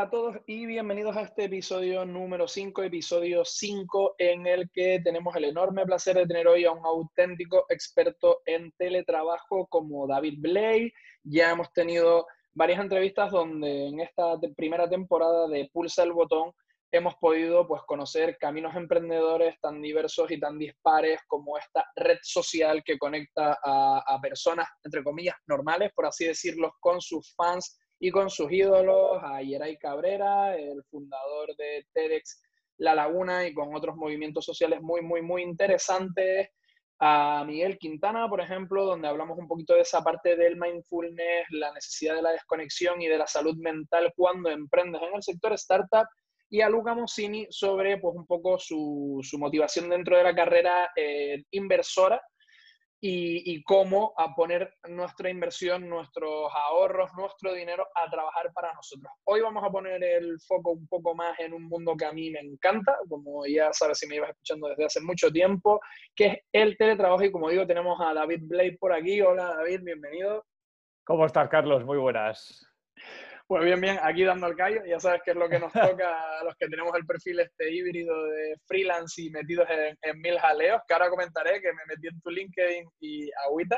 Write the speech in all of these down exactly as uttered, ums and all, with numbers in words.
a todos y bienvenidos a este episodio número cinco, episodio cinco, en el que tenemos el enorme placer de tener hoy a un auténtico experto en teletrabajo como David Blay. Ya hemos tenido varias entrevistas donde en esta te- primera temporada de Pulsa el Botón hemos podido pues, conocer caminos emprendedores tan diversos y tan dispares como esta red social que conecta a, a personas, entre comillas, normales, por así decirlo, con sus fans y con sus ídolos, a Yeray Cabrera, el fundador de TEDx La Laguna, y con otros movimientos sociales muy, muy, muy interesantes, a Miguel Quintana, por ejemplo, donde hablamos un poquito de esa parte del mindfulness, la necesidad de la desconexión y de la salud mental cuando emprendes en el sector startup, y a Luca Mossini sobre pues, un poco su, su motivación dentro de la carrera eh, inversora, y, y cómo a poner nuestra inversión, nuestros ahorros, nuestro dinero a trabajar para nosotros. Hoy vamos a poner el foco un poco más en un mundo que a mí me encanta, como ya sabes si me ibas escuchando desde hace mucho tiempo, que es el teletrabajo. Y como digo, tenemos a David Blay por aquí. Hola David, bienvenido. ¿Cómo estás, Carlos? Muy buenas. Pues bien, bien, aquí dando al callo, ya sabes que es lo que nos toca a los que tenemos el perfil este híbrido de freelance y metidos en, en mil jaleos, que ahora comentaré que me metí en tu LinkedIn y agüita.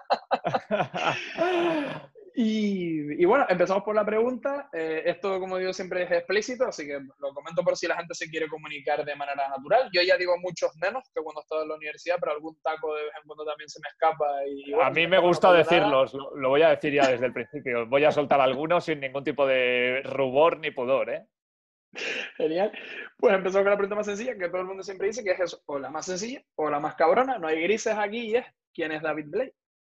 Y, y bueno, empezamos por la pregunta. Eh, esto, como digo, siempre es explícito, así que lo comento por si la gente se quiere comunicar de manera natural. Yo ya digo muchos menos que cuando estaba en la universidad, pero algún taco de vez en cuando también se me escapa. Y A bueno, si mí me me escapa no gusta pasa nada. decirlos, lo, lo voy a decir ya desde el principio. Voy a soltar algunos sin ningún tipo de rubor ni pudor, ¿eh? Genial. Pues empezamos con la pregunta más sencilla, que todo el mundo siempre dice, que es eso, o la más sencilla o la más cabrona. No hay grises aquí y es, ¿quién es David Blay?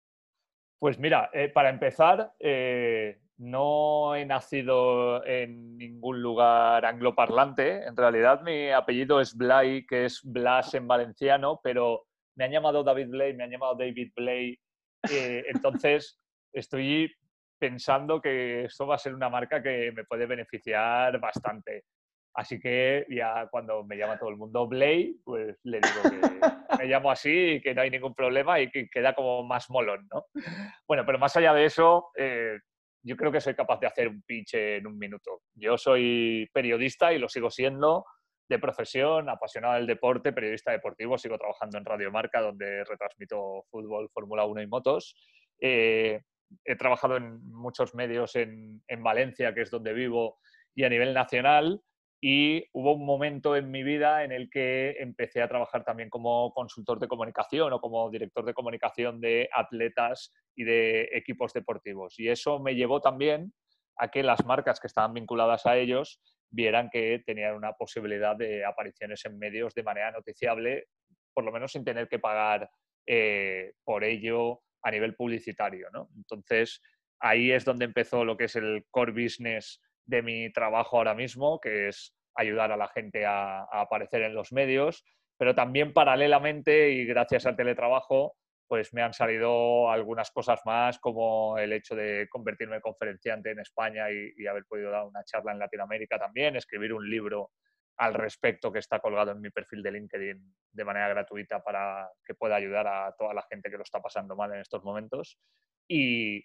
Pues mira, eh, para empezar, eh, no he nacido en ningún lugar angloparlante. En realidad, mi apellido es Blay, que es Blas en valenciano, pero me han llamado David Blay, me han llamado David Blay. Eh, entonces, estoy pensando que esto va a ser una marca que me puede beneficiar bastante. Así que ya cuando me llama todo el mundo Blay, pues le digo que me llamo así y que no hay ningún problema y que queda como más molón, ¿no? Bueno, pero más allá de eso, eh, yo creo que soy capaz de hacer un pitch en un minuto. Yo soy periodista y lo sigo siendo de profesión, apasionado del deporte, periodista deportivo, sigo trabajando en Radio Marca, donde retransmito fútbol, Fórmula uno y motos. Eh, he trabajado en muchos medios en, en Valencia, que es donde vivo, y a nivel nacional. Y hubo un momento en mi vida en el que empecé a trabajar también como consultor de comunicación o como director de comunicación de atletas y de equipos deportivos. Y eso me llevó también a que las marcas que estaban vinculadas a ellos vieran que tenían una posibilidad de apariciones en medios de manera noticiable, por lo menos sin tener que pagar eh, por ello a nivel publicitario, ¿no? Entonces, ahí es donde empezó lo que es el core business de mi trabajo ahora mismo, que es ayudar a la gente a, a aparecer en los medios, pero también paralelamente y gracias al teletrabajo, pues me han salido algunas cosas más, como el hecho de convertirme en conferenciante en España y, y haber podido dar una charla en Latinoamérica también, escribir un libro al respecto que está colgado en mi perfil de LinkedIn de manera gratuita para que pueda ayudar a toda la gente que lo está pasando mal en estos momentos. Y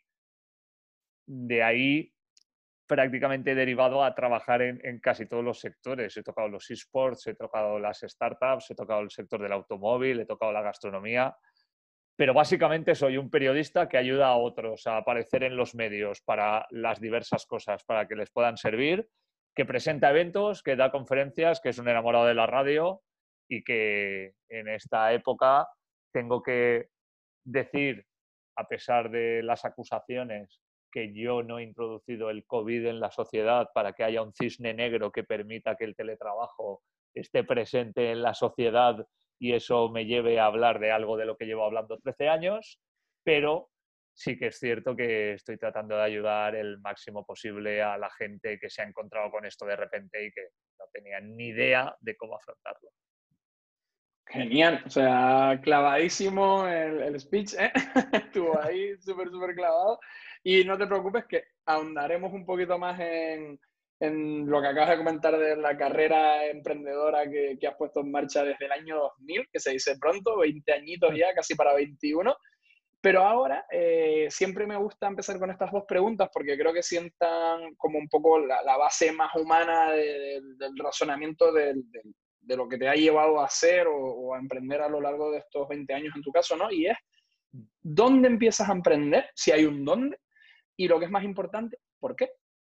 de ahí prácticamente he derivado a trabajar en, en casi todos los sectores. He tocado los esports, he tocado las startups, he tocado el sector del automóvil, he tocado la gastronomía, pero básicamente soy un periodista que ayuda a otros a aparecer en los medios para las diversas cosas, para que les puedan servir, que presenta eventos, que da conferencias, que es un enamorado de la radio y que en esta época tengo que decir, a pesar de las acusaciones, que yo no he introducido el COVID en la sociedad para que haya un cisne negro que permita que el teletrabajo esté presente en la sociedad y eso me lleve a hablar de algo de lo que llevo hablando trece años, pero sí que es cierto que estoy tratando de ayudar el máximo posible a la gente que se ha encontrado con esto de repente y que no tenía ni idea de cómo afrontarlo. Genial, o sea, clavadísimo el, el speech, ¿eh? Estuvo ahí súper, súper clavado. Y no te preocupes que ahondaremos un poquito más en, en lo que acabas de comentar de la carrera emprendedora que, que has puesto en marcha desde el año dos mil, que se dice pronto, veinte añitos ya, casi para veintiuno. Pero ahora eh, siempre me gusta empezar con estas dos preguntas porque creo que sientan como un poco la, la base más humana de, de, del razonamiento de, de, de lo que te ha llevado a hacer o, o a emprender a lo largo de estos veinte años en tu caso, ¿no? Y es, ¿dónde empiezas a emprender? Si hay un dónde. Y lo que es más importante, ¿por qué?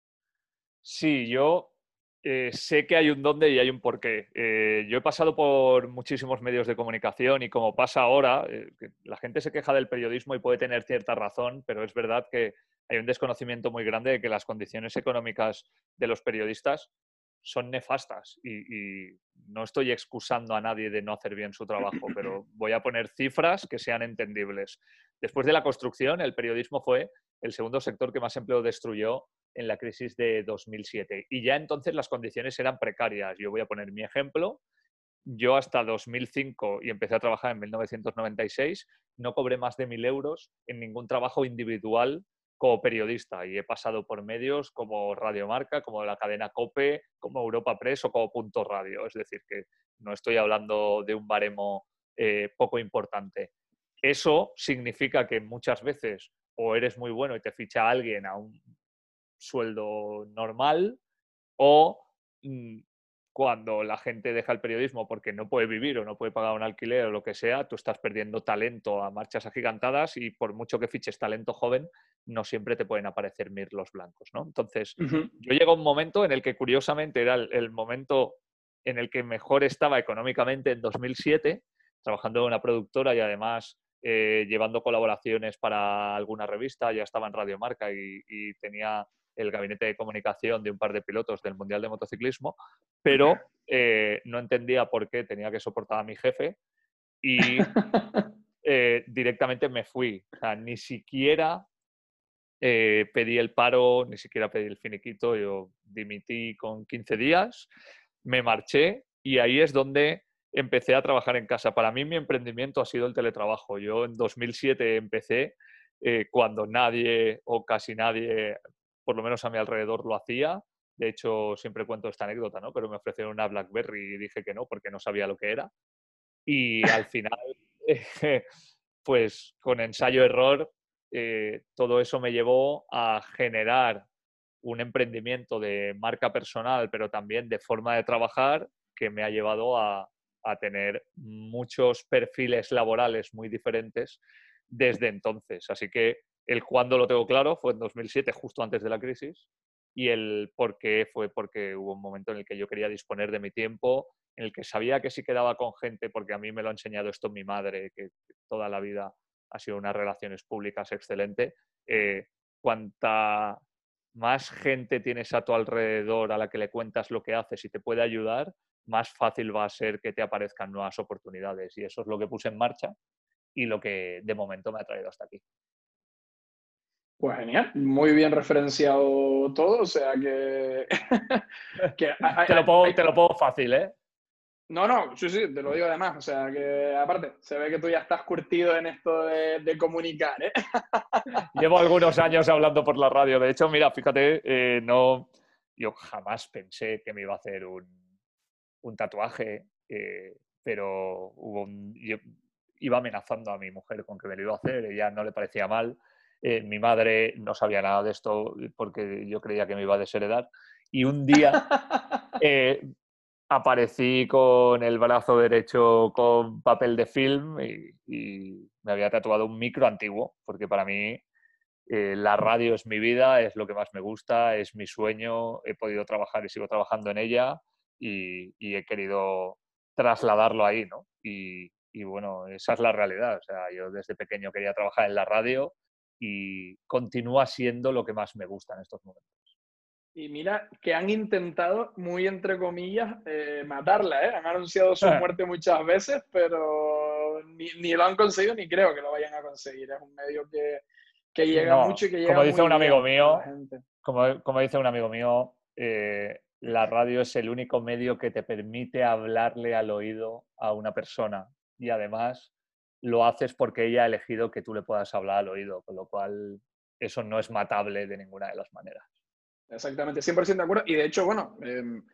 Sí, yo eh, sé que hay un dónde y hay un porqué. Eh, yo he pasado por muchísimos medios de comunicación y como pasa ahora, eh, que la gente se queja del periodismo y puede tener cierta razón, pero es verdad que hay un desconocimiento muy grande de que las condiciones económicas de los periodistas son nefastas y, y no estoy excusando a nadie de no hacer bien su trabajo, pero voy a poner cifras que sean entendibles. Después de la construcción, el periodismo fue el segundo sector que más empleo destruyó en la crisis de dos mil siete. Y ya entonces las condiciones eran precarias. Yo voy a poner mi ejemplo. Yo hasta dos mil cinco y empecé a trabajar en mil novecientos noventa y seis, no cobré más de mil euros en ningún trabajo individual como periodista y he pasado por medios como Radio Marca, como la cadena COPE, como Europa Press o como Punto Radio. Es decir, que no estoy hablando de un baremo eh, poco importante. Eso significa que muchas veces o eres muy bueno y te ficha alguien a un sueldo normal o mmm, cuando la gente deja el periodismo porque no puede vivir o no puede pagar un alquiler o lo que sea, tú estás perdiendo talento a marchas agigantadas y por mucho que fiches talento joven, no siempre te pueden aparecer mirlos blancos, ¿no? Entonces, Uh-huh. yo llego a un momento en el que curiosamente era el, el momento en el que mejor estaba económicamente en dos mil siete, trabajando en una productora y además eh, llevando colaboraciones para alguna revista, ya estaba en Radio Marca y, y tenía el gabinete de comunicación de un par de pilotos del Mundial de Motociclismo, pero eh, no entendía por qué tenía que soportar a mi jefe y eh, directamente me fui. O sea, ni siquiera eh, pedí el paro, ni siquiera pedí el finiquito, yo dimití con quince días, me marché y ahí es donde empecé a trabajar en casa. Para mí mi emprendimiento ha sido el teletrabajo. Yo en dos mil siete empecé eh, cuando nadie o casi nadie, por lo menos a mi alrededor, lo hacía. De hecho, siempre cuento esta anécdota, ¿no? Pero me ofrecieron una BlackBerry y dije que no porque no sabía lo que era. Y al final, eh, pues con ensayo-error, eh, todo eso me llevó a generar un emprendimiento de marca personal, pero también de forma de trabajar, que me ha llevado a, a tener muchos perfiles laborales muy diferentes desde entonces. Así que el cuándo lo tengo claro fue en dos mil siete, justo antes de la crisis, y el por qué fue porque hubo un momento en el que yo quería disponer de mi tiempo, en el que sabía que si quedaba con gente, porque a mí me lo ha enseñado esto mi madre, que toda la vida ha sido unas relaciones públicas excelente, eh, cuanta más gente tienes a tu alrededor a la que le cuentas lo que haces y te puede ayudar, más fácil va a ser que te aparezcan nuevas oportunidades. Y eso es lo que puse en marcha y lo que de momento me ha traído hasta aquí. Pues genial, muy bien referenciado todo, o sea que... que hay, Te lo hay, pongo, hay... te lo pongo fácil, ¿eh? No, no, sí, sí, te lo digo además, o sea que aparte, se ve que tú ya estás curtido en esto de, de comunicar, ¿eh? Llevo algunos años hablando por la radio. De hecho, mira, fíjate, eh, no, yo jamás pensé que me iba a hacer un, un tatuaje, eh, pero hubo un, yo iba amenazando a mi mujer con que me lo iba a hacer, ella no le parecía mal. Eh, mi madre no sabía nada de esto porque yo creía que me iba a desheredar. Y un día eh, aparecí con el brazo derecho con papel de film y, y me había tatuado un micro antiguo, porque para mí eh, la radio es mi vida, es lo que más me gusta, es mi sueño, he podido trabajar y sigo trabajando en ella y, y he querido trasladarlo ahí, ¿no? Y, y, bueno, esa es la realidad. O sea, yo desde pequeño quería trabajar en la radio y continúa siendo lo que más me gusta en estos momentos. Y mira que han intentado, muy entre comillas, eh, matarla, ¿eh? Han anunciado su muerte muchas veces, pero ni, ni lo han conseguido ni creo que lo vayan a conseguir. Es un medio que, que llega No, mucho y que como llega dice muy un amigo bien a la mío, gente. como, como dice un amigo mío, eh, la radio es el único medio que te permite hablarle al oído a una persona y además lo haces porque ella ha elegido que tú le puedas hablar al oído, con lo cual eso no es matable de ninguna de las maneras. Exactamente, cien por ciento de acuerdo. Y de hecho, bueno, eh,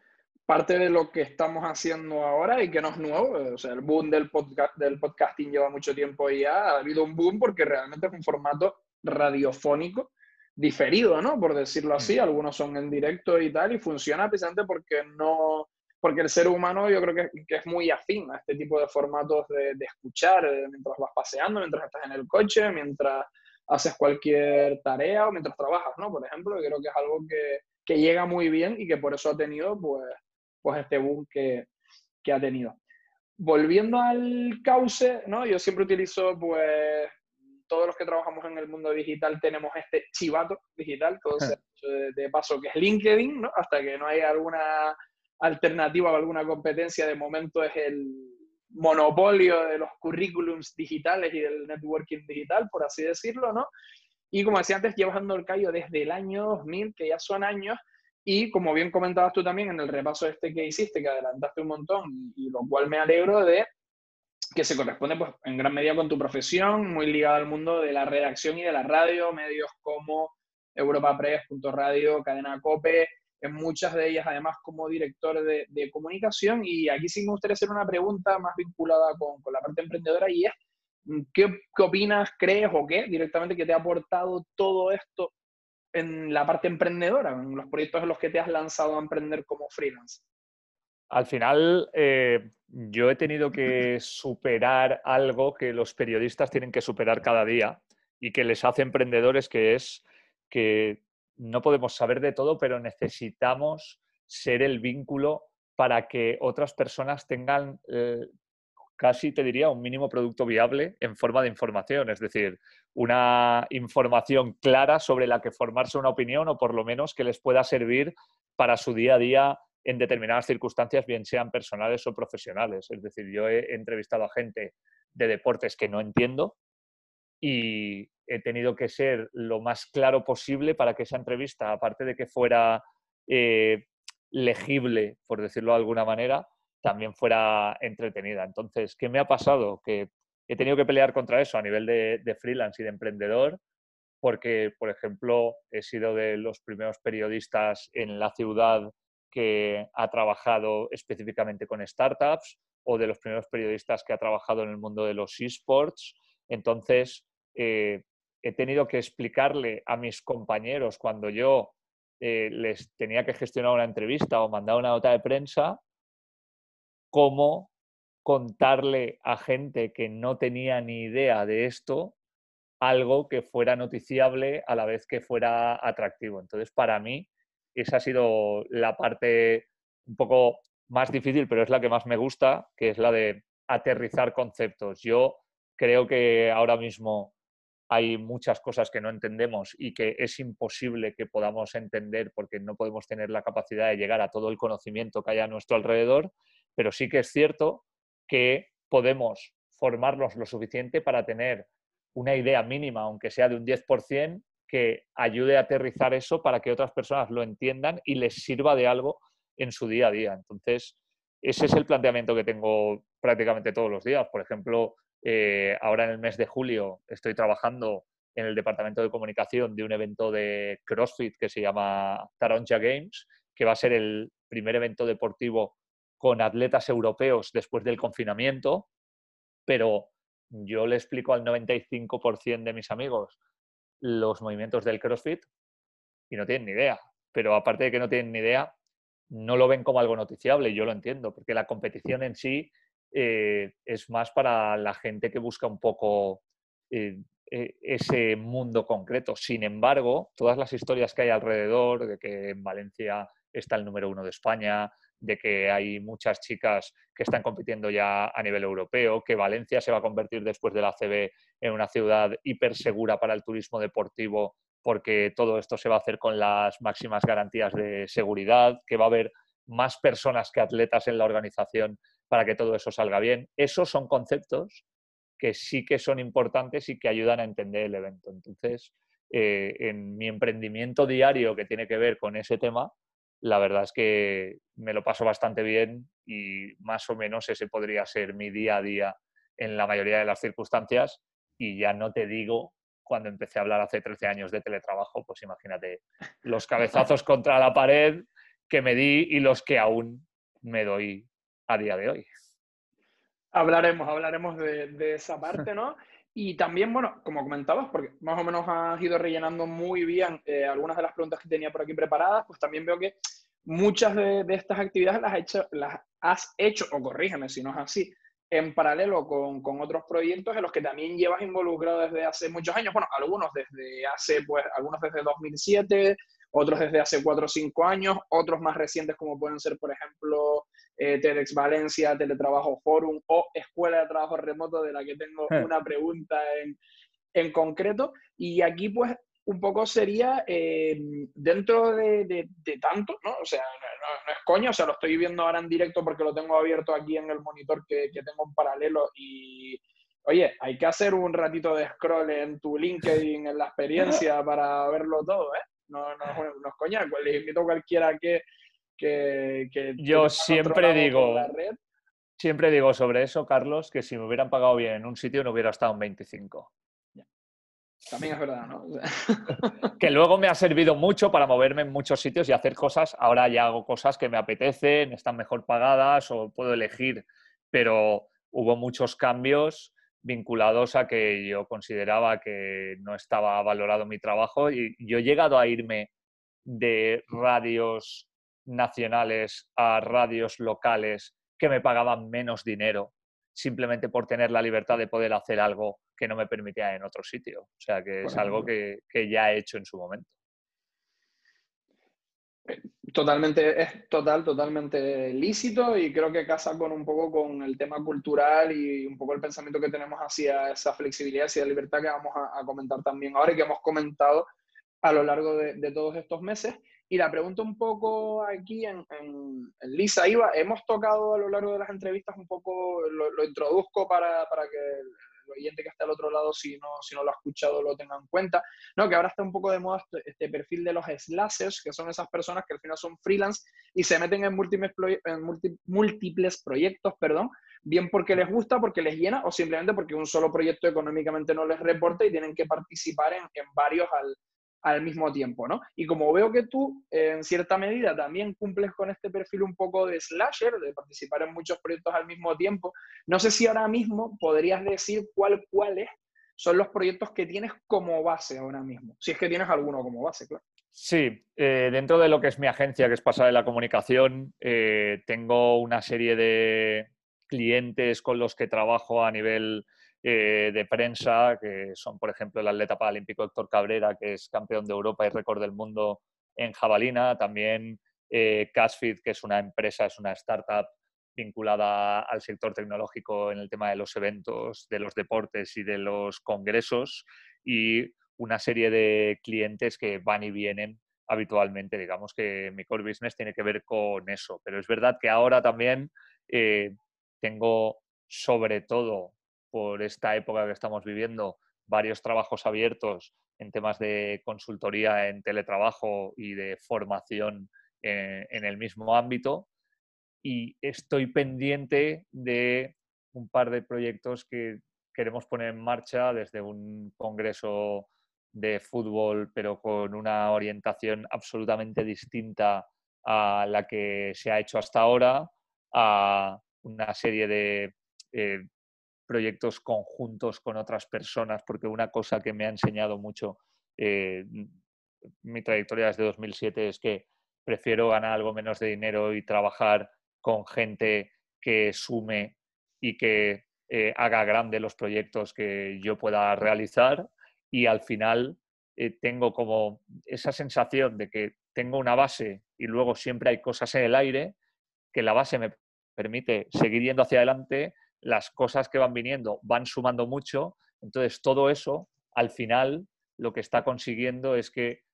parte de lo que estamos haciendo ahora y que no es nuevo. O sea, el boom del, podcast, del podcasting lleva mucho tiempo ya. Ha habido un boom porque realmente es un formato radiofónico diferido, ¿no? Por decirlo Mm. así. Algunos son en directo y tal, y funciona precisamente porque no... Porque el ser humano yo creo que, que es muy afín a este tipo de formatos de, de escuchar eh, mientras vas paseando, mientras estás en el coche, mientras haces cualquier tarea o mientras trabajas, ¿no? Por ejemplo, yo creo que es algo que, que llega muy bien y que por eso ha tenido, pues, pues este boom que, que ha tenido. Volviendo al cauce, ¿no? Yo siempre utilizo, pues, todos los que trabajamos en el mundo digital tenemos este chivato digital, todo sea de, de paso, que es LinkedIn, ¿no? Hasta que no haya alguna alternativa o alguna competencia, de momento es el monopolio de los currículums digitales y del networking digital, por así decirlo, ¿no? Y como decía antes, llevas dando el callo desde el año dos mil, que ya son años, y como bien comentabas tú también en el repaso este que hiciste, que adelantaste un montón, y, y lo cual me alegro de que se corresponde pues, en gran medida con tu profesión, muy ligada al mundo de la redacción y de la radio, medios como Europa Press, Punto Radio, Cadena COPE, en muchas de ellas además como director de, de comunicación. Y aquí sí me gustaría hacer una pregunta más vinculada con, con la parte emprendedora, y es, ¿qué, ¿qué opinas, crees o qué directamente que te ha aportado todo esto en la parte emprendedora, en los proyectos en los que te has lanzado a emprender como freelance? Al final, eh, yo he tenido que superar algo que los periodistas tienen que superar cada día y que les hace emprendedores, que es que no podemos saber de todo, pero necesitamos ser el vínculo para que otras personas tengan, eh, casi te diría, un mínimo producto viable en forma de información, es decir, una información clara sobre la que formarse una opinión o por lo menos que les pueda servir para su día a día en determinadas circunstancias, bien sean personales o profesionales. Es decir, yo he entrevistado a gente de deportes que no entiendo y he tenido que ser lo más claro posible para que esa entrevista, aparte de que fuera eh, legible, por decirlo de alguna manera, también fuera entretenida. Entonces, ¿qué me ha pasado? Que he tenido que pelear contra eso a nivel de, de freelance y de emprendedor, porque, por ejemplo, he sido de los primeros periodistas en la ciudad que ha trabajado específicamente con startups o de los primeros periodistas que ha trabajado en el mundo de los esports. Entonces, eh, he tenido que explicarle a mis compañeros cuando yo eh, les tenía que gestionar una entrevista o mandar una nota de prensa, cómo contarle a gente que no tenía ni idea de esto algo que fuera noticiable a la vez que fuera atractivo. Entonces, para mí, esa ha sido la parte un poco más difícil, pero es la que más me gusta, que es la de aterrizar conceptos. Yo creo que ahora mismo hay muchas cosas que no entendemos y que es imposible que podamos entender porque no podemos tener la capacidad de llegar a todo el conocimiento que hay a nuestro alrededor, pero sí que es cierto que podemos formarnos lo suficiente para tener una idea mínima, aunque sea de un diez por ciento, que ayude a aterrizar eso para que otras personas lo entiendan y les sirva de algo en su día a día. Entonces, ese es el planteamiento que tengo prácticamente todos los días. Por ejemplo, eh, ahora en el mes de julio estoy trabajando en el departamento de comunicación de un evento de CrossFit que se llama Taronja Games, que va a ser el primer evento deportivo con atletas europeos después del confinamiento, pero yo le explico al noventa y cinco por ciento de mis amigos los movimientos del CrossFit y no tienen ni idea. Pero aparte de que no tienen ni idea, no lo ven como algo noticiable, y yo lo entiendo, porque la competición en sí eh, es más para la gente que busca un poco eh, eh, ese mundo concreto. Sin embargo, todas las historias que hay alrededor, de que en Valencia está el número uno de España, de que hay muchas chicas que están compitiendo ya a nivel europeo, que Valencia se va a convertir después de la A C B en una ciudad hipersegura para el turismo deportivo, porque todo esto se va a hacer con las máximas garantías de seguridad, que va a haber más personas que atletas en la organización para que todo eso salga bien. Esos son conceptos que sí que son importantes y que ayudan a entender el evento. Entonces, eh, en mi emprendimiento diario que tiene que ver con ese tema, la verdad es que me lo paso bastante bien y más o menos ese podría ser mi día a día en la mayoría de las circunstancias. Y ya no te digo cuando empecé a hablar hace trece años de teletrabajo, pues imagínate los cabezazos contra la pared que me di y los que aún me doy a día de hoy. Hablaremos, hablaremos de, de esa parte, ¿no? Y también, bueno, como comentabas, porque más o menos has ido rellenando muy bien eh, algunas de las preguntas que tenía por aquí preparadas, pues también veo que muchas de, de estas actividades las, has hecho, las has hecho, o corrígeme si no es así, en paralelo con, con otros proyectos en los que también llevas involucrado desde hace muchos años. Bueno, algunos desde hace, pues, algunos desde dos mil siete, otros desde hace cuatro o cinco años, otros más recientes como pueden ser, por ejemplo, eh, TEDx Valencia, Teletrabajo Forum o Escuela de Trabajo Remoto, de la que tengo una pregunta en, en concreto. Y aquí, pues, un poco sería eh, dentro de, de, de tanto, ¿no? O sea, no, no, no, es coña, o sea, lo estoy viendo ahora en directo porque lo tengo abierto aquí en el monitor que, que tengo en paralelo y, oye, hay que hacer un ratito de scroll en tu LinkedIn, en la experiencia para verlo todo, ¿eh? No, no, no es coña, pues les invito a cualquiera que, que, que, que Yo tenga nuestro siempre lado por la digo, red. siempre digo sobre eso, Carlos, que si me hubieran pagado bien en un sitio no hubiera estado en veinticinco. También es verdad, ¿no? O sea, que luego me ha servido mucho para moverme en muchos sitios y hacer cosas. Ahora ya hago cosas que me apetecen, están mejor pagadas o puedo elegir, pero hubo muchos cambios vinculados a que yo consideraba que no estaba valorado mi trabajo y yo he llegado a irme de radios nacionales a radios locales que me pagaban menos dinero simplemente por tener la libertad de poder hacer algo que no me permitía en otro sitio. O sea, que por es algo ejemplo. que, que ya he hecho en su momento. Totalmente, es total, totalmente lícito y creo que casa con un poco con el tema cultural y un poco el pensamiento que tenemos hacia esa flexibilidad, hacia la libertad que vamos a, a comentar también ahora y que hemos comentado a lo largo de, de todos estos meses. Y la pregunta un poco aquí en, en, en Lisa Iba, hemos tocado a lo largo de las entrevistas un poco, lo, lo introduzco para, para que el oyente que está al otro lado, si no, si no lo ha escuchado, lo tenga en cuenta, ¿no? Que ahora está un poco de moda este, este perfil de los slashers, que son esas personas que al final son freelance y se meten en múltiples, en multi, múltiples proyectos, perdón, bien porque les gusta, porque les llena o simplemente porque un solo proyecto económicamente no les reporta y tienen que participar en, en varios al, al mismo tiempo, ¿no? Y como veo que tú, eh, en cierta medida, también cumples con este perfil un poco de slasher, de participar en muchos proyectos al mismo tiempo, no sé si ahora mismo podrías decir cuál, cuáles son los proyectos que tienes como base ahora mismo, si es que tienes alguno como base, claro. Sí, eh, dentro de lo que es mi agencia, que es Pasar de la Comunicación, eh, tengo una serie de clientes con los que trabajo a nivel eh, de prensa, que son, por ejemplo, el atleta paralímpico Héctor Cabrera, que es campeón de Europa y récord del mundo en jabalina. También eh, Casfit, que es una empresa, es una startup vinculada al sector tecnológico en el tema de los eventos, de los deportes y de los congresos. Y una serie de clientes que van y vienen habitualmente. Digamos que mi core business tiene que ver con eso. Pero es verdad que ahora también eh, tengo, sobre todo por esta época que estamos viviendo, varios trabajos abiertos en temas de consultoría en teletrabajo y de formación en, en el mismo ámbito. Y estoy pendiente de un par de proyectos que queremos poner en marcha desde un congreso de fútbol, pero con una orientación absolutamente distinta a la que se ha hecho hasta ahora, a una serie de eh, proyectos conjuntos con otras personas, porque una cosa que me ha enseñado mucho eh, mi trayectoria desde dos mil siete es que prefiero ganar algo menos de dinero y trabajar con gente que sume y que eh, haga grande los proyectos que yo pueda realizar y al final eh, tengo como esa sensación de que tengo una base y luego siempre hay cosas en el aire, que la base me permite seguir yendo hacia adelante, las cosas que van viniendo van sumando mucho, entonces todo eso al final lo que está consiguiendo es que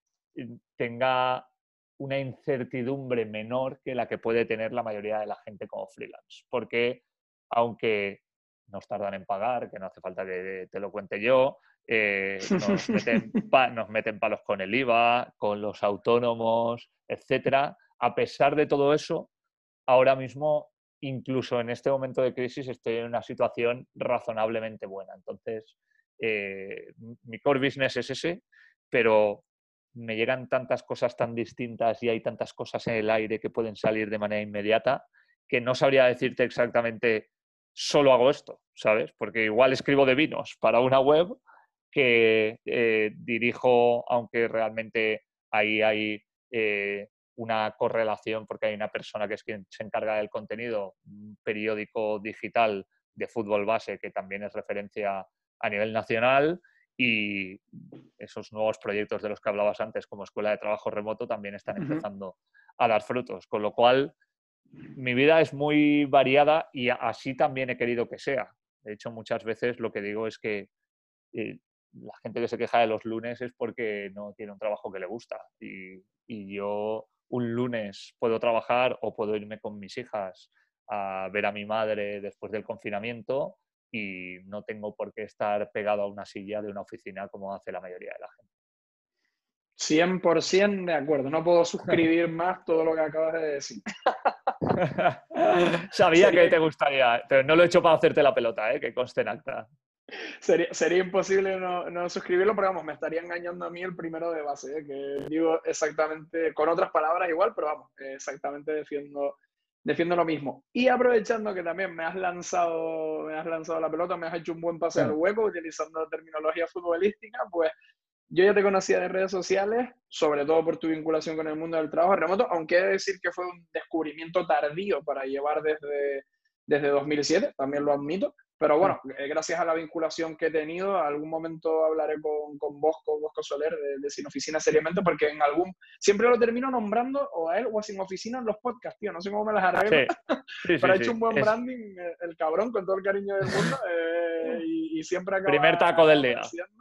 tenga una incertidumbre menor que la que puede tener la mayoría de la gente como freelance. Porque aunque nos tardan en pagar, que no hace falta que te lo cuente yo, eh, nos, meten pa nos meten palos con el I V A, con los autónomos, etcétera. A pesar de todo eso, ahora mismo, incluso en este momento de crisis, estoy en una situación razonablemente buena. Entonces, eh, mi core business es ese, pero me llegan tantas cosas tan distintas y hay tantas cosas en el aire que pueden salir de manera inmediata que no sabría decirte exactamente solo hago esto, ¿sabes? Porque igual escribo de vinos para una web que eh, dirijo, aunque realmente ahí hay eh, una correlación porque hay una persona que es quien se encarga del contenido, un periódico digital de fútbol base que también es referencia a nivel nacional, y esos nuevos proyectos de los que hablabas antes como Escuela de Trabajo Remoto también están Ujú. empezando a dar frutos, con lo cual mi vida es muy variada y así también he querido que sea. De hecho, muchas veces lo que digo es que eh, la gente que se queja de los lunes es porque no tiene un trabajo que le gusta. Y, y yo un lunes puedo trabajar o puedo irme con mis hijas a ver a mi madre después del confinamiento y no tengo por qué estar pegado a una silla de una oficina como hace la mayoría de la gente. cien por ciento de acuerdo, no puedo suscribir más todo lo que acabas de decir. Sabía que Sería, te gustaría, pero no lo he hecho para hacerte la pelota, ¿eh? Que conste en acta. sería, sería imposible no, no suscribirlo, pero vamos, me estaría engañando a mí el primero de base, ¿eh? Que digo exactamente, con otras palabras igual, pero vamos, exactamente defiendo, defiendo lo mismo. Y aprovechando que también me has lanzado, me has lanzado la pelota, me has hecho un buen pase al hueco utilizando terminología futbolística, pues yo ya te conocía de redes sociales, sobre todo por tu vinculación con el mundo del trabajo remoto, aunque he de decir que fue un descubrimiento tardío para llevar desde, desde dos mil siete, también lo admito. Pero bueno, eh, gracias a la vinculación que he tenido, algún momento hablaré con, con Bosco, Bosco Soler de, de Sin Oficina seriamente, porque en algún, siempre lo termino nombrando o a él o a Sin Oficina en los podcasts, tío, no sé cómo me las arreglo, Sí, sí, pero sí, ha hecho sí. un buen Es branding, eh, el cabrón, con todo el cariño del mundo, eh, y, y siempre primer acaba, taco del acaba día. apareciendo.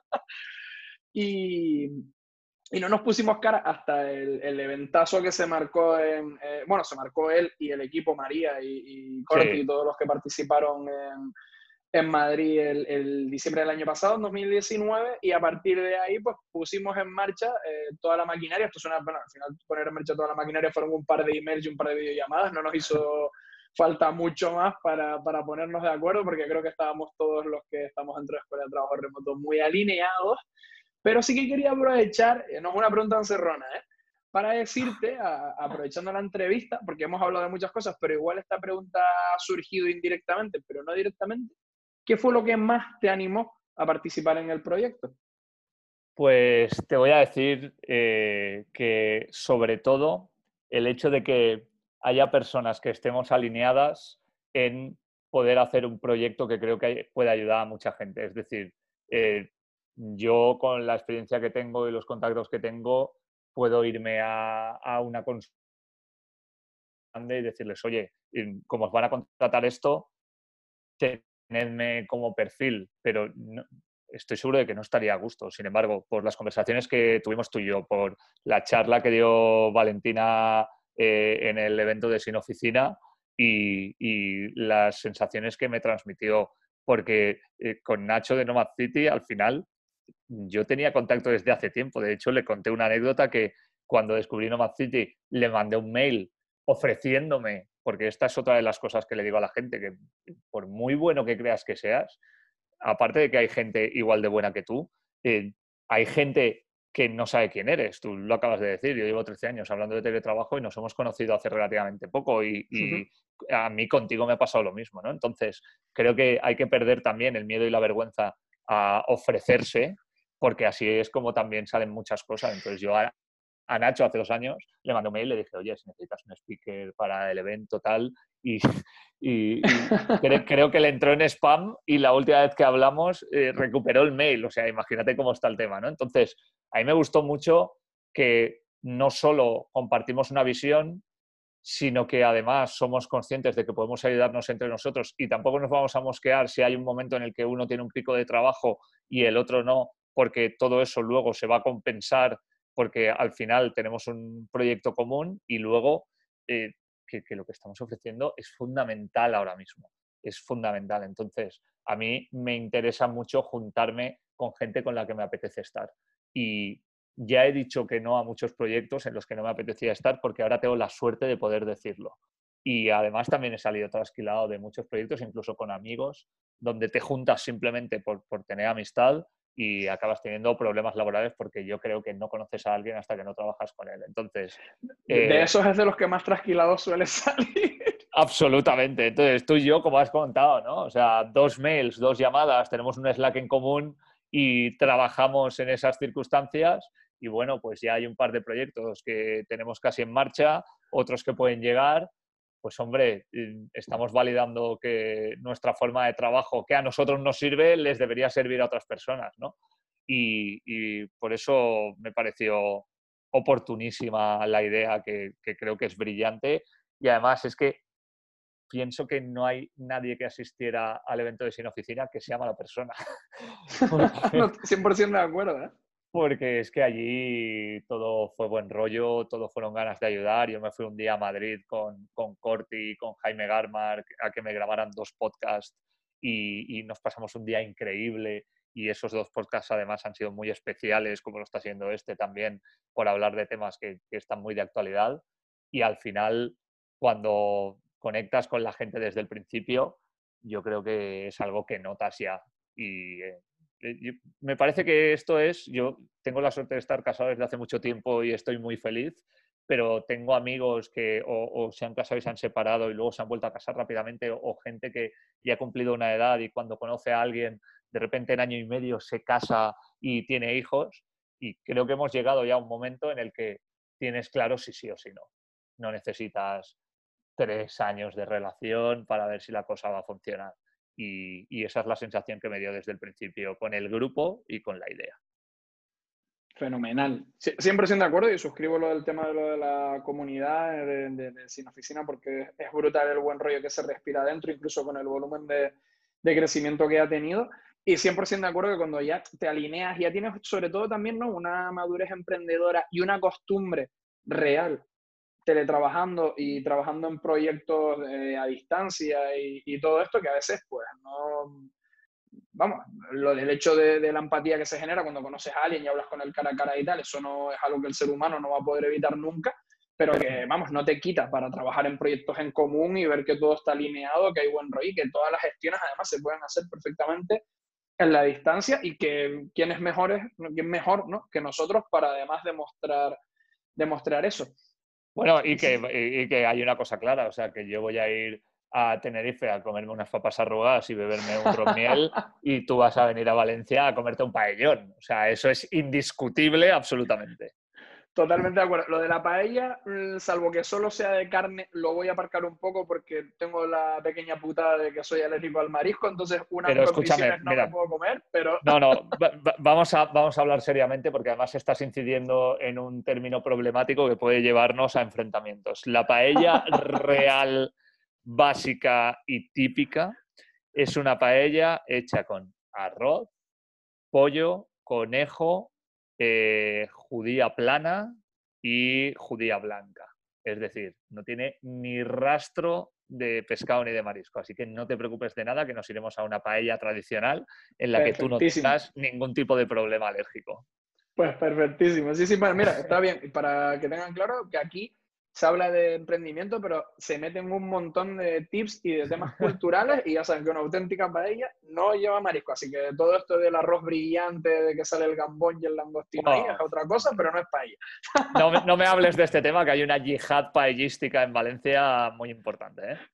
Y, y no nos pusimos cara hasta el, el eventazo que se marcó en, eh, bueno, se marcó él y el equipo María y, y Corti Sí, y todos los que participaron en, en Madrid el, el, diciembre del año pasado, en dos mil diecinueve, y a partir de ahí pues pusimos en marcha eh, toda la maquinaria. Esto suena, bueno, al final poner en marcha toda la maquinaria fueron un par de emails y un par de videollamadas, no nos hizo falta mucho más para, para ponernos de acuerdo, porque creo que estábamos todos los que estamos dentro de Escuela de Trabajo Remoto muy alineados. Pero sí que quería aprovechar, eh, no es una pregunta encerrona, ¿eh? Para decirte, a, aprovechando la entrevista, porque hemos hablado de muchas cosas, pero igual esta pregunta ha surgido indirectamente, pero no directamente, ¿qué fue lo que más te animó a participar en el proyecto? pues te voy a decir eh, que sobre todo el hecho de que haya personas que estemos alineadas en poder hacer un proyecto que creo que puede ayudar a mucha gente. Es decir, eh, yo con la experiencia que tengo y los contactos que tengo, puedo irme a, a una consulta grande y decirles, oye, como os van a contratar esto, tenedme como perfil, pero no, estoy seguro de que no estaría a gusto. Sin embargo, por las conversaciones que tuvimos tú y yo, por la charla que dio Valentina eh, en el evento de Sin Oficina y, y las sensaciones que me transmitió, porque eh, con Nacho de Nomad City, al final, yo tenía contacto desde hace tiempo. De hecho, le conté una anécdota que cuando descubrí Nomad City, le mandé un mail ofreciéndome, porque esta es otra de las cosas que le digo a la gente, que por muy bueno que creas que seas, aparte de que hay gente igual de buena que tú, eh, hay gente que no sabe quién eres. Tú lo acabas de decir, yo llevo trece años hablando de teletrabajo y nos hemos conocido hace relativamente poco y, y a mí contigo me ha pasado lo mismo, ¿no? Entonces, creo que hay que perder también el miedo y la vergüenza a ofrecerse, porque así es como también salen muchas cosas. Entonces, yo a, a Nacho hace dos años le mandé un mail y le dije, oye, si necesitas un speaker para el evento tal, y, y, y cre creo que le entró en spam y la última vez que hablamos eh, recuperó el mail. O sea, imagínate cómo está el tema, ¿no? Entonces, a mí me gustó mucho que no solo compartimos una visión, sino que además somos conscientes de que podemos ayudarnos entre nosotros y tampoco nos vamos a mosquear si hay un momento en el que uno tiene un pico de trabajo y el otro no, porque todo eso luego se va a compensar porque al final tenemos un proyecto común y luego eh, que, que lo que estamos ofreciendo es fundamental ahora mismo, es fundamental. Entonces, a mí me interesa mucho juntarme con gente con la que me apetece estar. Y ya he dicho que no a muchos proyectos en los que no me apetecía estar porque ahora tengo la suerte de poder decirlo. Y además también he salido trasquilado de muchos proyectos, incluso con amigos, donde te juntas simplemente por, por tener amistad y acabas teniendo problemas laborales porque yo creo que no conoces a alguien hasta que no trabajas con él. Entonces, De, de eh, esos es de los que más trasquilados suele salir. absolutamente. Entonces, tú y yo, como has contado, ¿no? O sea, dos mails, dos llamadas, tenemos un Slack en común y trabajamos en esas circunstancias. Y bueno, pues ya hay un par de proyectos que tenemos casi en marcha, otros que pueden llegar. Pues hombre, estamos validando que nuestra forma de trabajo, que a nosotros nos sirve, les debería servir a otras personas, ¿no? Y, y por eso me pareció oportunísima la idea, que, que creo que es brillante. Y además es que pienso que no hay nadie que asistiera al evento de Sin Oficina que sea mala persona. No, Porque, cien por ciento de acuerdo, ¿eh? porque es que allí todo fue buen rollo, todo fueron ganas de ayudar. Yo me fui un día a Madrid con, con Corti, con Jaime Garmar, a que me grabaran dos podcasts y, y nos pasamos un día increíble. Y esos dos podcasts además han sido muy especiales, como lo está siendo este también, por hablar de temas que, que están muy de actualidad. Y al final, cuando conectas con la gente desde el principio, yo creo que es algo que notas ya. Y eh, yo, me parece que esto es, yo tengo la suerte de estar casado desde hace mucho tiempo y estoy muy feliz, pero tengo amigos que o, o se han casado y se han separado y luego se han vuelto a casar rápidamente, o, o gente que ya ha cumplido una edad y cuando conoce a alguien, de repente en año y medio se casa y tiene hijos, y creo que hemos llegado ya a un momento en el que tienes claro si sí o si no. No necesitas tres años de relación para ver si la cosa va a funcionar. Y, y esa es la sensación que me dio desde el principio con el grupo y con la idea. Fenomenal. cien por ciento de acuerdo y suscribo lo del tema de lo de la comunidad de, de, de Sin Oficina porque es brutal el buen rollo que se respira dentro, incluso con el volumen de, de crecimiento que ha tenido. Y cien por ciento de acuerdo que cuando ya te alineas, ya tienes sobre todo también, ¿no?, una madurez emprendedora y una costumbre real teletrabajando y trabajando en proyectos eh, a distancia y, y todo esto que a veces pues no... Vamos, lo del hecho de, de la empatía que se genera cuando conoces a alguien y hablas con él cara a cara y tal, eso no es algo que el ser humano no va a poder evitar nunca, pero que, vamos, no te quita para trabajar en proyectos en común y ver que todo está alineado, que hay buen rollo y que todas las gestiones además se pueden hacer perfectamente en la distancia y que quién es mejor, quién mejor, ¿no?, que nosotros para además demostrar, demostrar eso. Bueno, y Y que, sí, y, y que hay una cosa clara, o sea, que yo voy a ir a Tenerife a comerme unas papas arrugadas y beberme un ron miel y tú vas a venir a Valencia a comerte un paellón. O sea, eso es indiscutible absolutamente. totalmente de acuerdo. Lo de la paella, salvo que solo sea de carne, lo voy a aparcar un poco porque tengo la pequeña putada de que soy alérgico al marisco, entonces unas Pero escúchame, condiciones no me mira, puedo comer, pero... no, no, va, va, vamos, a, vamos a hablar seriamente porque además estás incidiendo en un término problemático que puede llevarnos a enfrentamientos. La paella real, básica y típica es una paella hecha con arroz, pollo, conejo, eh, judía plana y judía blanca. Es decir, no tiene ni rastro de pescado ni de marisco. Así que no te preocupes de nada, que nos iremos a una paella tradicional en la que tú no Perfectísimo. tengas ningún tipo de problema alérgico. Pues perfectísimo. Sí, sí, bueno, mira, está bien. Y para que tengan claro que aquí se habla de emprendimiento, pero se meten un montón de tips y de temas culturales y ya saben que una auténtica paella no lleva marisco. Así que todo esto del arroz brillante, de que sale el gambón y el langostino ahí, es Oh, otra cosa, pero no es paella. no, no, me hables de este tema, que hay una yihad paellística en Valencia muy importante, ¿eh?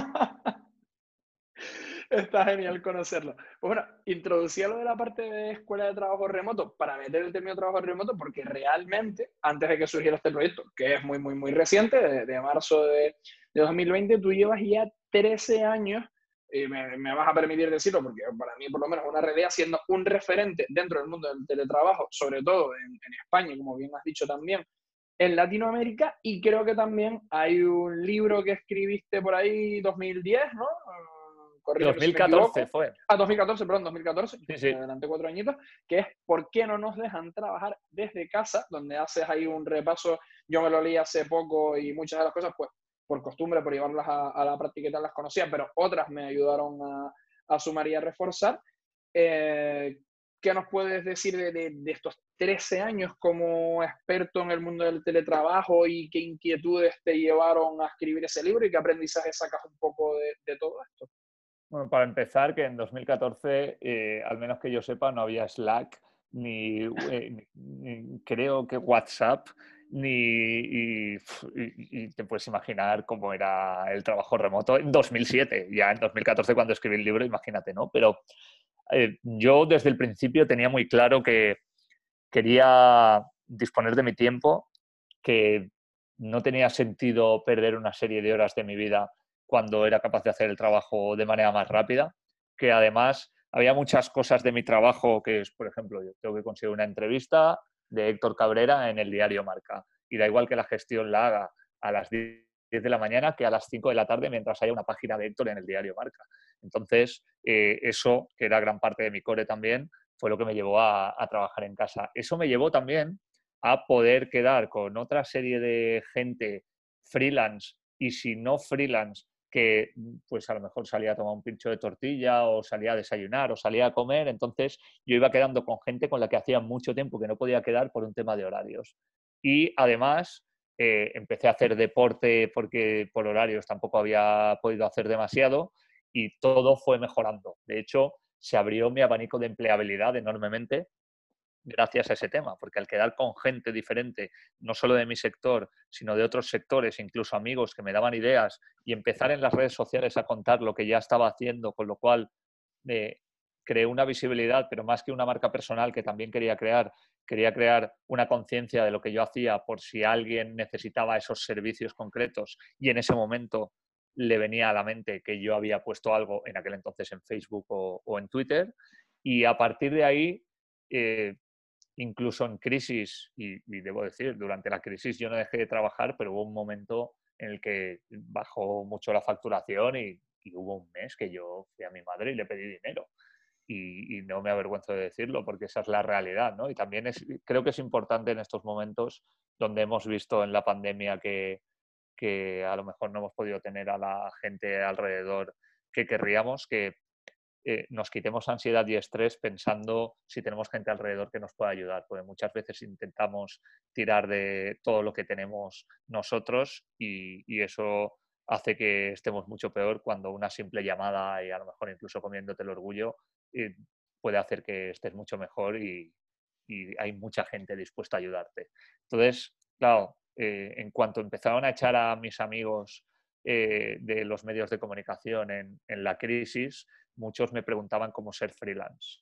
Está genial conocerlo. Pues bueno, introducía lo de la parte de escuela de trabajo remoto para meter el término de trabajo remoto porque realmente, antes de que surgiera este proyecto, que es muy, muy, muy reciente, de, de marzo de, de dos mil veinte, tú llevas ya trece años, y me, me vas a permitir decirlo porque para mí por lo menos una realidad, siendo un referente dentro del mundo del teletrabajo, sobre todo en, en España, como bien has dicho también, en Latinoamérica, y creo que también hay un libro que escribiste por ahí dos mil diez, ¿no? Corrígeme si me dos mil catorce equivoco. fue. Ah, dos mil catorce, perdón, dos mil catorce, Sí, me sí. adelanté cuatro añitos, que es ¿por qué no nos dejan trabajar desde casa? Donde haces ahí un repaso, yo me lo leí hace poco y muchas de las cosas, pues, por costumbre, por llevarlas a, a la práctica y tal, las conocía, pero otras me ayudaron a, a sumar y a reforzar. Eh, ¿Qué nos puedes decir de, de, de estos trece años como experto en el mundo del teletrabajo y qué inquietudes te llevaron a escribir ese libro y qué aprendizaje sacas un poco de, de todo esto? Bueno, para empezar, que en dos mil catorce, eh, al menos que yo sepa, no había Slack, ni, eh, ni- ni creo que WhatsApp, ni y, pf, y- y te puedes imaginar cómo era el trabajo remoto en dos mil siete, ya en dos mil catorce cuando escribí el libro, imagínate, ¿no? Pero eh, yo desde el principio tenía muy claro que quería disponer de mi tiempo, que no tenía sentido perder una serie de horas de mi vida cuando era capaz de hacer el trabajo de manera más rápida, que además había muchas cosas de mi trabajo que es, por ejemplo, yo tengo que conseguir una entrevista de Héctor Cabrera en el diario Marca y da igual que la gestión la haga a las diez de la mañana que a las cinco de la tarde mientras haya una página de Héctor en el diario Marca. Entonces, eh, eso, que era gran parte de mi core también, fue lo que me llevó a, a trabajar en casa. Eso me llevó también a poder quedar con otra serie de gente freelance y si no freelance, que pues a lo mejor salía a tomar un pincho de tortilla o salía a desayunar o salía a comer, entonces yo iba quedando con gente con la que hacía mucho tiempo que no podía quedar por un tema de horarios. Y además eh, empecé a hacer deporte porque por horarios tampoco había podido hacer demasiado y todo fue mejorando. De hecho, se abrió mi abanico de empleabilidad enormemente gracias a ese tema, porque al quedar con gente diferente, no solo de mi sector, sino de otros sectores, incluso amigos que me daban ideas, y empezar en las redes sociales a contar lo que ya estaba haciendo, con lo cual eh, creé una visibilidad, pero más que una marca personal que también quería crear, quería crear una conciencia de lo que yo hacía por si alguien necesitaba esos servicios concretos y en ese momento le venía a la mente que yo había puesto algo en aquel entonces en Facebook o, o en Twitter. Y a partir de ahí, eh, incluso en crisis, y, y debo decir, durante la crisis yo no dejé de trabajar, pero hubo un momento en el que bajó mucho la facturación y, y hubo un mes que yo fui a mi madre y le pedí dinero. Y, y no me avergüenzo de decirlo porque esa es la realidad, ¿no? Y también es, creo que es importante en estos momentos donde hemos visto en la pandemia que, que a lo mejor no hemos podido tener a la gente alrededor que querríamos, que eh, nos quitemos ansiedad y estrés pensando si tenemos gente alrededor que nos pueda ayudar, porque muchas veces intentamos tirar de todo lo que tenemos nosotros y, y eso hace que estemos mucho peor cuando una simple llamada y a lo mejor incluso comiéndote el orgullo eh, puede hacer que estés mucho mejor y, y hay mucha gente dispuesta a ayudarte. Entonces, claro, eh, en cuanto empezaron a echar a mis amigos eh, de los medios de comunicación en, en la crisis, muchos me preguntaban cómo ser freelance.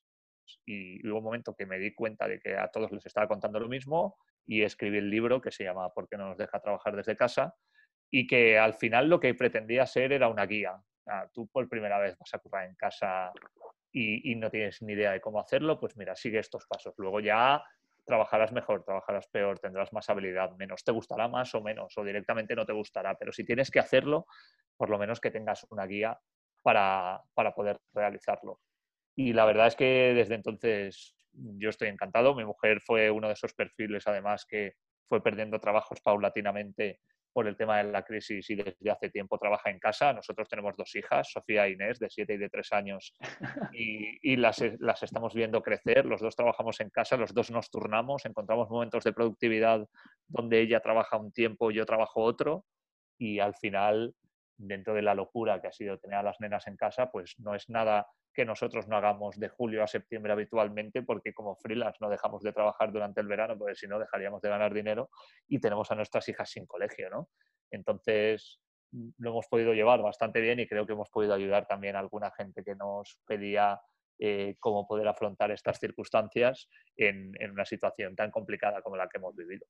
Y hubo un momento que me di cuenta de que a todos les estaba contando lo mismo y escribí el libro que se llama ¿Por qué no nos deja trabajar desde casa? Y que al final lo que pretendía ser era una guía. Ah, tú por primera vez vas a currar en casa y, y no tienes ni idea de cómo hacerlo, pues mira, sigue estos pasos. Luego ya trabajarás mejor, trabajarás peor, tendrás más habilidad, menos te gustará más o menos, o directamente no te gustará, pero si tienes que hacerlo, por lo menos que tengas una guía para, para poder realizarlo. Y la verdad es que desde entonces yo estoy encantado. Mi mujer fue uno de esos perfiles, además, que fue perdiendo trabajos paulatinamente por el tema de la crisis y desde hace tiempo trabaja en casa. Nosotros tenemos dos hijas, Sofía e Inés, de siete y de tres años, y, y las, las estamos viendo crecer. Los dos trabajamos en casa, los dos nos turnamos, encontramos momentos de productividad donde ella trabaja un tiempo y yo trabajo otro, y al final, dentro de la locura que ha sido tener a las nenas en casa, pues no es nada que nosotros no hagamos de julio a septiembre habitualmente, porque como freelance no dejamos de trabajar durante el verano, porque si no dejaríamos de ganar dinero y tenemos a nuestras hijas sin colegio, ¿no? Entonces lo hemos podido llevar bastante bien y creo que hemos podido ayudar también a alguna gente que nos pedía eh, cómo poder afrontar estas circunstancias en, en una situación tan complicada como la que hemos vivido.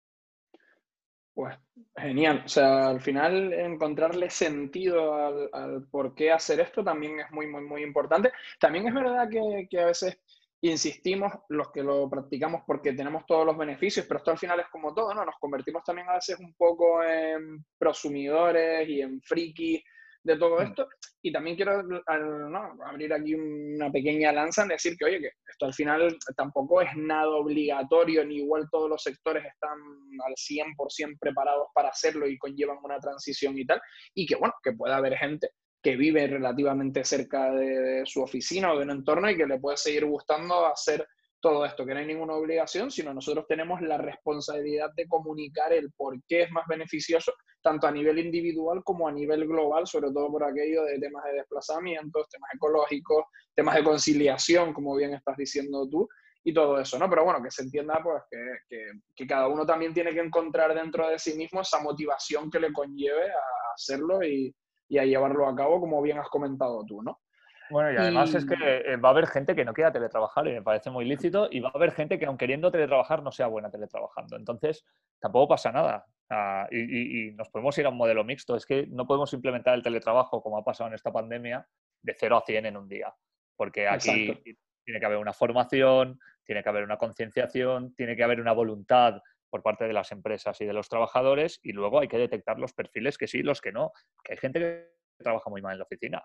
Pues genial. O sea, al final encontrarle sentido al, al por qué hacer esto también es muy, muy, muy importante. También es verdad que, que a veces insistimos los que lo practicamos porque tenemos todos los beneficios, pero esto al final es como todo, ¿no? Nos convertimos también a veces un poco en prosumidores y en frikis de todo esto. Y también quiero, ¿no?, abrir aquí una pequeña lanza en decir que, oye, que esto al final tampoco es nada obligatorio, ni igual todos los sectores están al cien por ciento preparados para hacerlo y conllevan una transición y tal, y que, bueno, que puede haber gente que vive relativamente cerca de, de su oficina o de un entorno y que le puede seguir gustando hacer todo esto, que no hay ninguna obligación, sino nosotros tenemos la responsabilidad de comunicar el por qué es más beneficioso, tanto a nivel individual como a nivel global, sobre todo por aquello de temas de desplazamientos, temas ecológicos, temas de conciliación, como bien estás diciendo tú, y todo eso, ¿no? Pero bueno, que se entienda pues que, que, que cada uno también tiene que encontrar dentro de sí mismo esa motivación que le conlleve a hacerlo y, y a llevarlo a cabo, como bien has comentado tú, ¿no? Bueno, y además es que Y eh, va a haber gente que no quiera teletrabajar y me parece muy lícito, y va a haber gente que aun queriendo teletrabajar no sea buena teletrabajando. Entonces, tampoco pasa nada. Ah, y, y- y nos podemos ir a un modelo mixto. Es que no podemos implementar el teletrabajo, como ha pasado en esta pandemia, de cero a cien en un día. Porque aquí exacto, tiene que haber una formación, tiene que haber una concienciación, tiene que haber una voluntad por parte de las empresas y de los trabajadores, y luego hay que detectar los perfiles que sí, los que no. Que hay gente que trabaja muy mal en la oficina.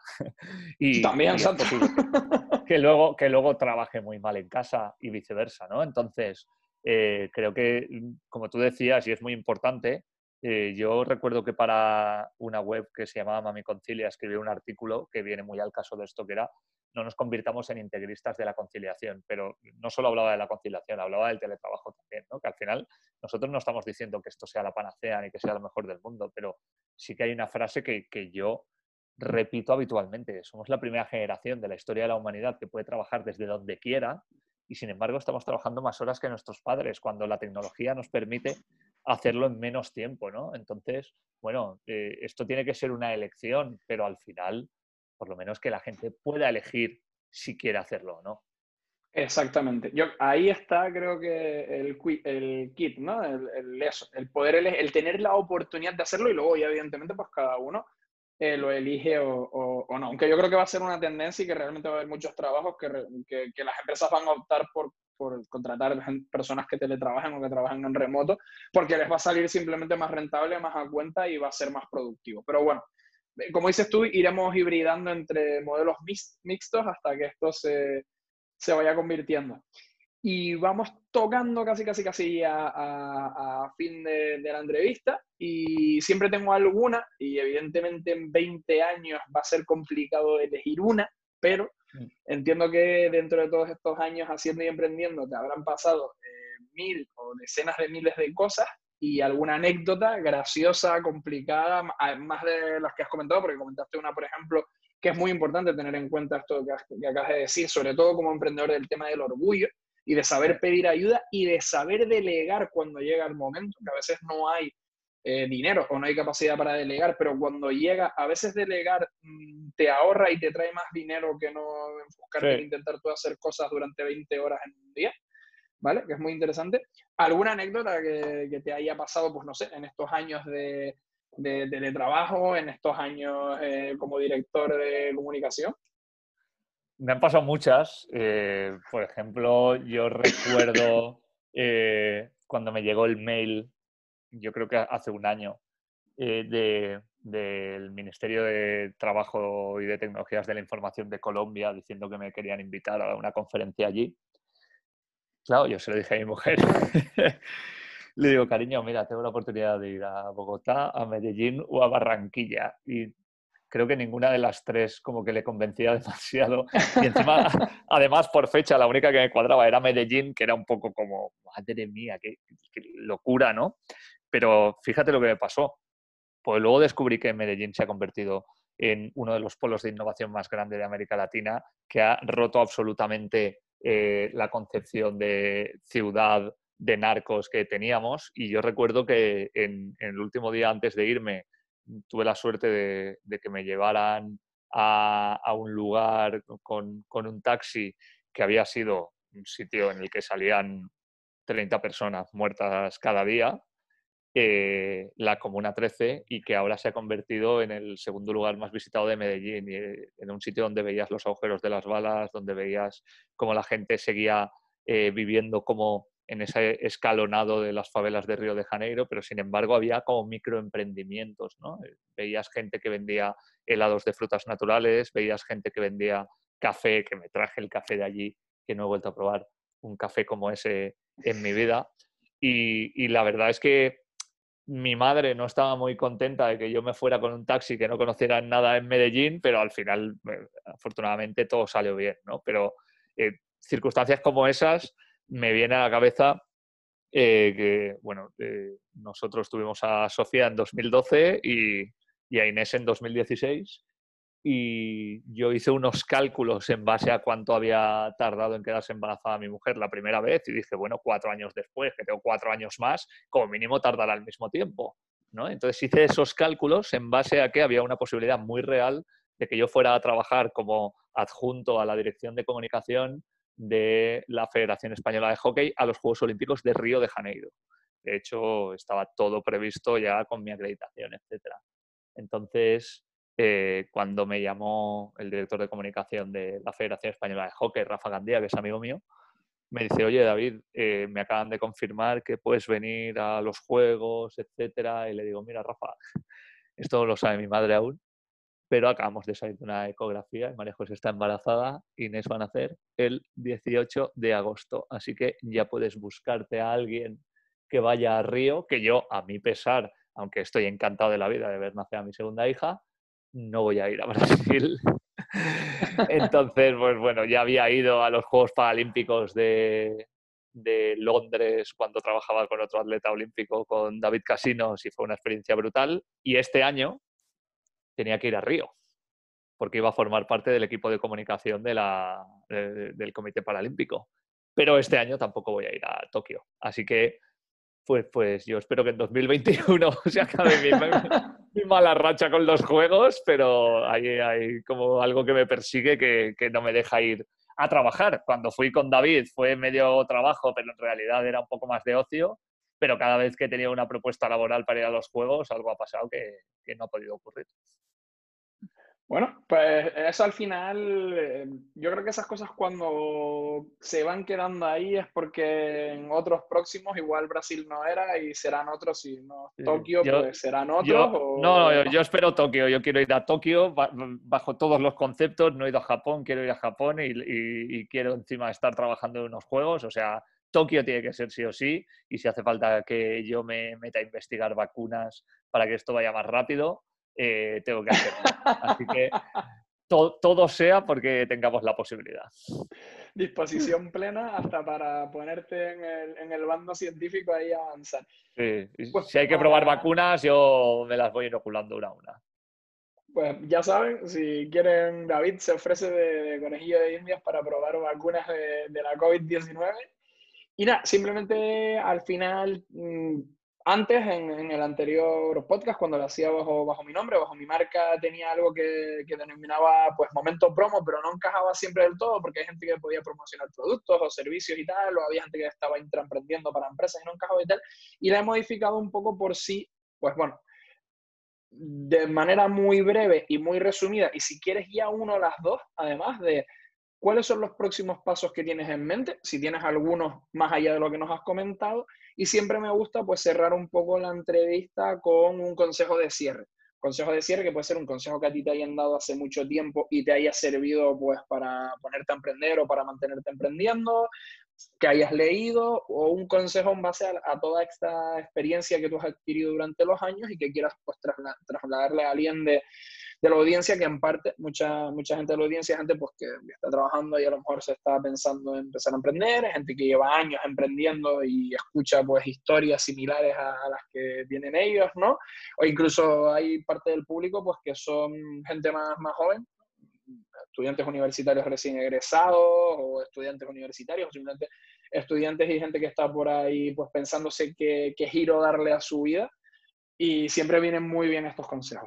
Y, también, y es exacto. posible que, que luego, que luego trabaje muy mal en casa y viceversa, ¿no? Entonces, eh, creo que, como tú decías, y es muy importante, eh, yo recuerdo que para una web que se llamaba Mami Concilia escribí un artículo que viene muy al caso de esto, que era: no nos convirtamos en integristas de la conciliación. Pero no solo hablaba de la conciliación, hablaba del teletrabajo también, ¿no? Que al final nosotros no estamos diciendo que esto sea la panacea ni que sea lo mejor del mundo, pero sí que hay una frase que, que yo repito habitualmente: somos la primera generación de la historia de la humanidad que puede trabajar desde donde quiera, y sin embargo estamos trabajando más horas que nuestros padres cuando la tecnología nos permite hacerlo en menos tiempo, ¿no? Entonces, bueno, eh, esto tiene que ser una elección, pero al final, por lo menos que la gente pueda elegir si quiere hacerlo o no. Exactamente. Yo, ahí está, creo que el, qui- el kit, ¿no? El, el eso, el poder, ele- el tener la oportunidad de hacerlo y luego ya evidentemente pues cada uno eh, lo elige o, o- o no. Aunque yo creo que va a ser una tendencia y que realmente va a haber muchos trabajos que, re- que, que las empresas van a optar por, por contratar gen- personas que teletrabajen o que trabajen en remoto, porque les va a salir simplemente más rentable, más a cuenta y va a ser más productivo. Pero bueno, eh, como dices tú, iremos hibridando entre modelos mix- mixtos hasta que esto se se vaya convirtiendo. Y vamos tocando casi, casi, casi a, a, a fin de, de, la entrevista y siempre tengo alguna y evidentemente en veinte años va a ser complicado elegir una, pero Mm. entiendo que dentro de todos estos años haciendo y emprendiendo te habrán pasado eh, mil o decenas de miles de cosas y alguna anécdota graciosa, complicada, más de las que has comentado, porque comentaste una, por ejemplo, que es muy importante tener en cuenta esto que, que acabas de decir, sobre todo como emprendedor, del tema del orgullo y de saber pedir ayuda y de saber delegar cuando llega el momento, que a veces no hay eh, dinero o no hay capacidad para delegar, pero cuando llega, a veces delegar mmm, te ahorra y te trae más dinero que no enfocarte en Sí. intentar tú hacer cosas durante veinte horas en un día, ¿vale? Que es muy interesante. ¿Alguna anécdota que, que te haya pasado, pues no sé, en estos años de, de, de, de trabajo, en estos años eh, como director de comunicación? Me han pasado muchas. Eh, por ejemplo, yo recuerdo eh, cuando me llegó el mail, yo creo que hace un año, eh, de, del Ministerio de Trabajo y de Tecnologías de la Información de Colombia, diciendo que me querían invitar a una conferencia allí. Claro, yo se lo dije a mi mujer. Le digo: cariño, mira, tengo la oportunidad de ir a Bogotá, a Medellín o a Barranquilla. Y creo que ninguna de las tres como que le convencía demasiado. Y encima, además, por fecha, la única que me cuadraba era Medellín, que era un poco como, madre mía, qué, qué locura, ¿no? Pero fíjate lo que me pasó. Pues luego descubrí que Medellín se ha convertido en uno de los polos de innovación más grande de América Latina, que ha roto absolutamente eh, la concepción de ciudad de narcos que teníamos. Y yo recuerdo que en, en el último día antes de irme tuve la suerte de, de que me llevaran a, a un lugar con, con un taxi que había sido un sitio en el que salían treinta personas muertas cada día, eh, la Comuna trece, y que ahora se ha convertido en el segundo lugar más visitado de Medellín, y, eh, en un sitio donde veías los agujeros de las balas, donde veías cómo la gente seguía eh, viviendo como en ese escalonado de las favelas de Río de Janeiro, pero sin embargo había como microemprendimientos, ¿no? Veías gente que vendía helados de frutas naturales, veías gente que vendía café, que me traje el café de allí, que no he vuelto a probar un café como ese en mi vida. Y, y la verdad es que mi madre no estaba muy contenta de que yo me fuera con un taxi que no conociera nada en Medellín, pero al final, eh, afortunadamente, todo salió bien, ¿no? Pero eh, circunstancias como esas me viene a la cabeza eh, que, bueno, eh, nosotros tuvimos a Sofía en dos mil doce y, y a Inés en dos mil dieciséis. Y yo hice unos cálculos en base a cuánto había tardado en quedarse embarazada mi mujer la primera vez y dije, bueno, cuatro años después, que tengo cuatro años más, como mínimo tardará al mismo tiempo, ¿no? Entonces hice esos cálculos en base a que había una posibilidad muy real de que yo fuera a trabajar como adjunto a la dirección de comunicación de la Federación Española de Hockey a los Juegos Olímpicos de Río de Janeiro. De hecho, estaba todo previsto ya con mi acreditación, etcétera. Entonces, eh, cuando me llamó el director de comunicación de la Federación Española de Hockey, Rafa Gandía, que es amigo mío, me dice, oye, David, eh, me acaban de confirmar que puedes venir a los Juegos, etcétera. Y le digo, mira, Rafa, esto no lo sabe mi madre aún, pero acabamos de salir de una ecografía y María José está embarazada, Inés va a nacer el dieciocho de agosto. Así que ya puedes buscarte a alguien que vaya a Río, que yo, a mi pesar, aunque estoy encantado de la vida de ver nacer a mi segunda hija, no voy a ir a Brasil. Entonces, pues bueno, ya había ido a los Juegos Paralímpicos de, de Londres cuando trabajaba con otro atleta olímpico, con David Casinos, y fue una experiencia brutal. Y este año tenía que ir a Río, porque iba a formar parte del equipo de comunicación de la, de, del Comité Paralímpico. Pero este año tampoco voy a ir a Tokio. Así que, pues, pues yo espero que en dos mil veintiuno se acabe mi, mi mala racha con los juegos, pero hay, hay como algo que me persigue que, que no me deja ir a trabajar. Cuando fui con David fue medio trabajo, pero en realidad era un poco más de ocio. Pero cada vez que he tenido una propuesta laboral para ir a los juegos, algo ha pasado que, que no ha podido ocurrir. Bueno, pues eso al final, eh, yo creo que esas cosas cuando se van quedando ahí es porque en otros próximos igual Brasil no era y serán otros, si no Tokio, Yo, pues serán yo, otros no, o yo, no. yo espero Tokio, yo quiero ir a Tokio bajo todos los conceptos, no he ido a Japón, quiero ir a Japón y, y, y quiero encima estar trabajando en unos juegos, o sea, Tokio tiene que ser sí o sí, y si hace falta que yo me meta a investigar vacunas para que esto vaya más rápido, eh, tengo que hacerlo. Así que to, todo sea porque tengamos la posibilidad. Disposición plena hasta para ponerte en el, en el bando científico ahí a avanzar. Sí. Pues Si hay que probar para, vacunas, yo me las voy inoculando una a una. pues ya saben, si quieren, David se ofrece de, de conejillo de indias para probar vacunas de, de la COVID diecinueve. Y nada, simplemente al final, mmm, antes, en, en, el anterior podcast, cuando lo hacía bajo, bajo mi nombre, bajo mi marca, tenía algo que, que denominaba pues momento promo, pero no encajaba siempre del todo, porque hay gente que podía promocionar productos o servicios y tal, o había gente que estaba intraemprendiendo para empresas y no encajaba y tal, y la he modificado un poco por sí, pues bueno, de manera muy breve y muy resumida, y si quieres ya uno o las dos, además de cuáles son los próximos pasos que tienes en mente, si tienes algunos más allá de lo que nos has comentado, y siempre me gusta pues cerrar un poco la entrevista con un consejo de cierre. Consejo de cierre que puede ser un consejo que a ti te hayan dado hace mucho tiempo y te haya servido pues para ponerte a emprender o para mantenerte emprendiendo, que hayas leído, o un consejo en base a, a toda esta experiencia que tú has adquirido durante los años y que quieras pues trasla trasladarle a alguien de, de la audiencia, que en parte mucha, mucha gente de la audiencia es gente pues, que está trabajando y a lo mejor se está pensando en empezar a emprender, es gente que lleva años emprendiendo y escucha pues historias similares a, a las que tienen ellos, ¿no? O incluso hay parte del público pues que son gente más, más joven, estudiantes universitarios recién egresados o estudiantes universitarios o simplemente estudiantes y gente que está por ahí pues pensándose qué, qué giro darle a su vida, y siempre vienen muy bien estos consejos.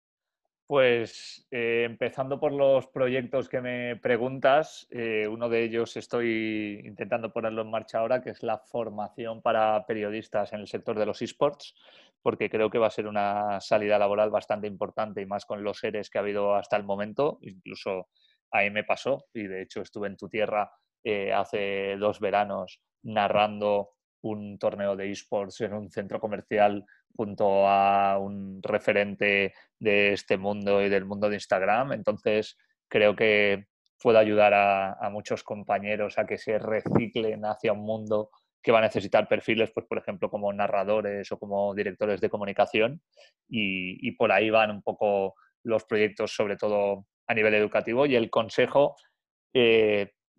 Pues eh, empezando por los proyectos que me preguntas, eh, uno de ellos estoy intentando ponerlo en marcha ahora, que es la formación para periodistas en el sector de los esports, porque creo que va a ser una salida laboral bastante importante y más con los E R Es que ha habido hasta el momento. Incluso a mí me pasó y de hecho estuve en tu tierra eh, hace dos veranos narrando un torneo de esports en un centro comercial junto a un referente de este mundo y del mundo de Instagram. Entonces, creo que puedo ayudar a, a muchos compañeros a que se reciclen hacia un mundo que va a necesitar perfiles, pues, por ejemplo, como narradores o como directores de comunicación. Y, y por ahí van un poco los proyectos, sobre todo a nivel educativo. Y el consejo, eh,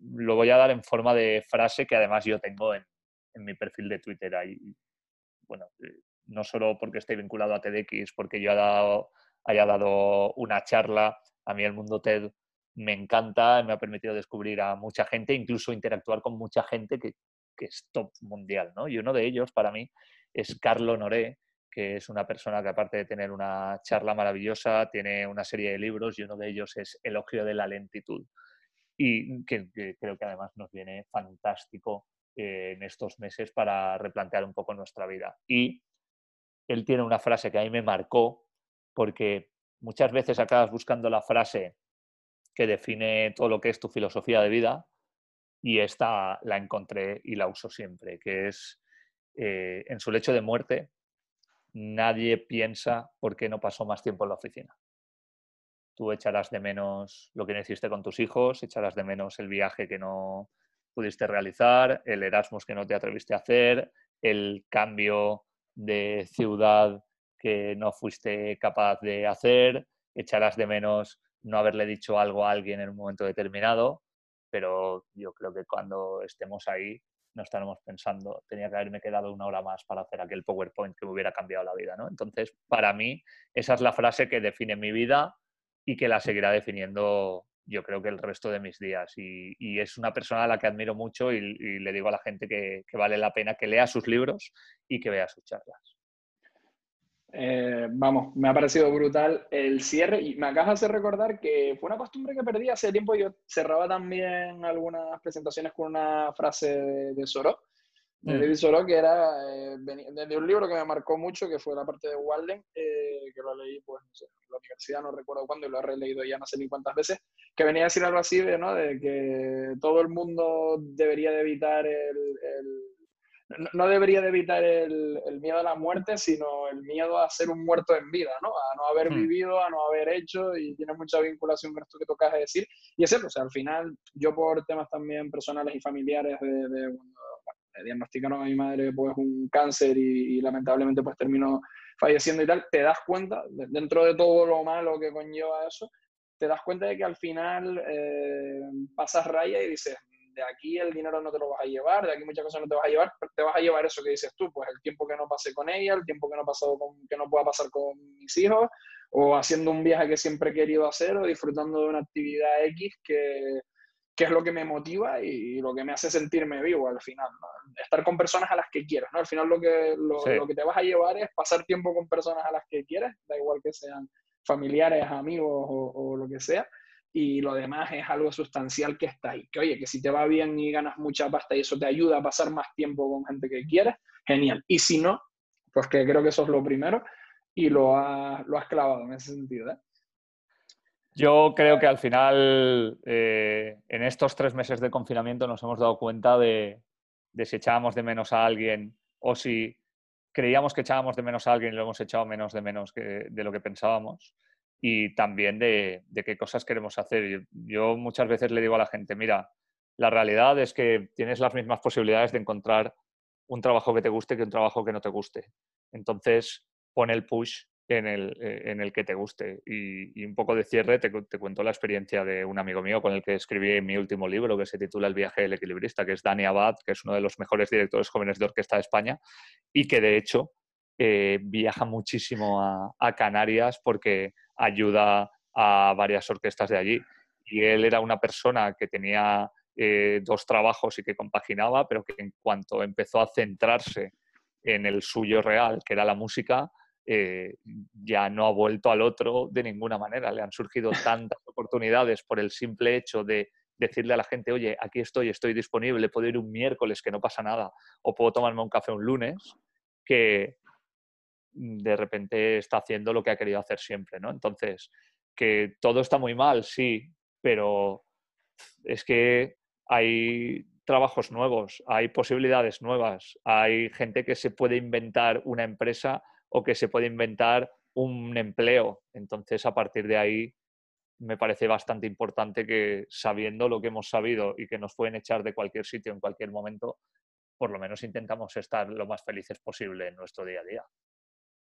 lo voy a dar en forma de frase que además yo tengo en, en mi perfil de Twitter. Ahí, bueno, no solo porque esté vinculado a TEDx, porque yo haya dado, haya dado una charla, a mí el mundo TED me encanta, me ha permitido descubrir a mucha gente, incluso interactuar con mucha gente que, que es top mundial, ¿no? Y uno de ellos, para mí, es Carlo Noré, que es una persona que, aparte de tener una charla maravillosa, tiene una serie de libros, y uno de ellos es Elogio de la lentitud, y que, que creo que además nos viene fantástico eh, en estos meses para replantear un poco nuestra vida. Y él tiene una frase que a mí me marcó, porque muchas veces acabas buscando la frase que define todo lo que es tu filosofía de vida, y esta la encontré y la uso siempre, que es, eh, en su lecho de muerte, nadie piensa por qué no pasó más tiempo en la oficina. Tú echarás de menos lo que no hiciste con tus hijos, echarás de menos el viaje que no pudiste realizar, el Erasmus que no te atreviste a hacer, el cambio de ciudad que no fuiste capaz de hacer, echarás de menos no haberle dicho algo a alguien en un momento determinado, pero yo creo que cuando estemos ahí no estaremos pensando, tenía que haberme quedado una hora más para hacer aquel PowerPoint que me hubiera cambiado la vida, ¿no? Entonces, para mí, esa es la frase que define mi vida y que la seguirá definiendo, yo creo, que el resto de mis días. Y, y es una persona a la que admiro mucho, y, y le digo a la gente que, que vale la pena que lea sus libros y que vea sus charlas. Eh, vamos, me ha parecido brutal el cierre y me acabas de hacer recordar que fue una costumbre que perdí hace tiempo. Yo cerraba también algunas presentaciones con una frase de, de Thoreau, de Mm. David Thoreau, que era eh, de un libro que me marcó mucho, que fue la parte de Walden, eh, que lo leí pues, no sé, en la universidad, no recuerdo cuándo, y lo he releído ya no sé ni cuántas veces, que venía a decir algo así de, ¿no? de que todo el mundo debería de evitar el, el no, no debería de evitar el, el, miedo a la muerte, sino el miedo a ser un muerto en vida, ¿no? A no haber Mm. vivido, a no haber hecho, y tiene mucha vinculación con esto que tocas de decir. Y es cierto, o sea, al final, yo por temas también personales y familiares de, de cuando bueno, me diagnosticaron a mi madre pues un cáncer y, y lamentablemente pues terminó falleciendo y tal, te das cuenta, de, dentro de todo lo malo que conlleva eso, te das cuenta de que al final eh, pasas raya y dices, de aquí el dinero no te lo vas a llevar, de aquí muchas cosas no te vas a llevar, pero te vas a llevar eso que dices tú, pues el tiempo que no pasé con ella, el tiempo que no, pasado con, que no pueda pasar con mis hijos, o haciendo un viaje que siempre he querido hacer, o disfrutando de una actividad X que, que es lo que me motiva y, y lo que me hace sentirme vivo al final, ¿no? Estar con personas a las que quieres, ¿no? Al final lo que, lo, Sí. lo que te vas a llevar es pasar tiempo con personas a las que quieres, da igual que sean familiares, amigos o, o lo que sea, y lo demás es algo sustancial que está ahí. Que oye, que si te va bien y ganas mucha pasta y eso te ayuda a pasar más tiempo con gente que quieres, genial. Y si no, pues que creo que eso es lo primero y lo has, lo has clavado en ese sentido, ¿eh? Yo creo que al final, eh, en estos tres meses de confinamiento, nos hemos dado cuenta de, de si echábamos de menos a alguien, o si creíamos que echábamos de menos a alguien y lo hemos echado menos de menos que, de lo que pensábamos, y también de, de qué cosas queremos hacer. Yo, yo muchas veces le digo a la gente, mira, la realidad es que tienes las mismas posibilidades de encontrar un trabajo que te guste que un trabajo que no te guste. Entonces, pon el push en el, en el que te guste. Y, y un poco de cierre, te, te cuento la experiencia de un amigo mío con el que escribí mi último libro, que se titula El viaje del equilibrista, que es Dani Abad, que es uno de los mejores directores jóvenes de orquesta de España, y que de hecho eh, viaja muchísimo a, a Canarias porque ayuda a varias orquestas de allí. Y él era una persona que tenía eh, dos trabajos y que compaginaba, pero que en cuanto empezó a centrarse en el suyo real, que era la música, eh, ya no ha vuelto al otro de ninguna manera. Le han surgido tantas oportunidades por el simple hecho de decirle a la gente, oye, aquí estoy, estoy disponible, puedo ir un miércoles, que no pasa nada, o puedo tomarme un café un lunes, que de repente está haciendo lo que ha querido hacer siempre, ¿no? Entonces, que todo está muy mal, sí, pero es que hay trabajos nuevos, hay posibilidades nuevas, hay gente que se puede inventar una empresa o que se puede inventar un empleo. Entonces, a partir de ahí, me parece bastante importante que, sabiendo lo que hemos sabido y que nos pueden echar de cualquier sitio en cualquier momento, por lo menos intentamos estar lo más felices posible en nuestro día a día.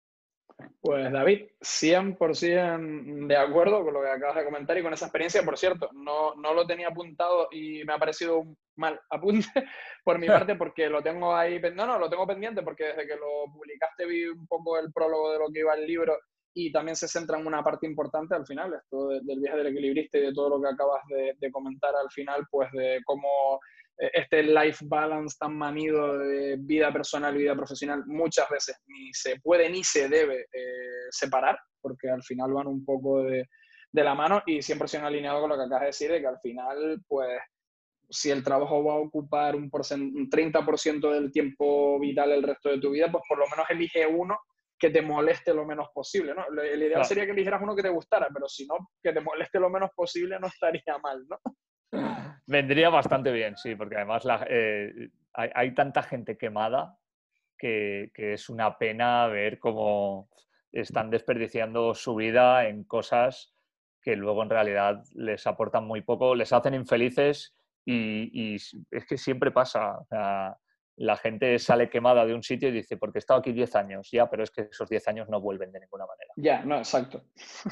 Pues David, cien por ciento de acuerdo con lo que acabas de comentar y con esa experiencia. Por cierto, no, no lo tenía apuntado y me ha parecido un mal apunte por mi parte porque lo tengo ahí, pen- no, no, lo tengo pendiente porque desde que lo publicaste vi un poco el prólogo de lo que iba el libro y también se centra en una parte importante al final, esto de- del viaje del equilibrista y de todo lo que acabas de, de comentar al final, pues de cómo eh, este life balance tan manido de vida personal y vida profesional muchas veces ni se puede ni se debe eh, separar, porque al final van un poco de, de la mano y cien por ciento alineado con lo que acabas de decir, de que al final, pues, si el trabajo va a ocupar un, un treinta por ciento del tiempo vital el resto de tu vida, pues por lo menos elige uno que te moleste lo menos posible, ¿no? El ideal Claro. sería que eligieras uno que te gustara, pero si no, que te moleste lo menos posible no estaría mal, ¿no? Vendría bastante bien, sí, porque además la- eh, hay, hay tanta gente quemada que, que es una pena ver cómo están desperdiciando su vida en cosas que luego en realidad les aportan muy poco, les hacen infelices y, y es que siempre pasa. O sea, la gente sale quemada de un sitio y dice, porque he estado aquí diez años, ya, pero es que esos diez años no vuelven de ninguna manera. Ya, no, exacto.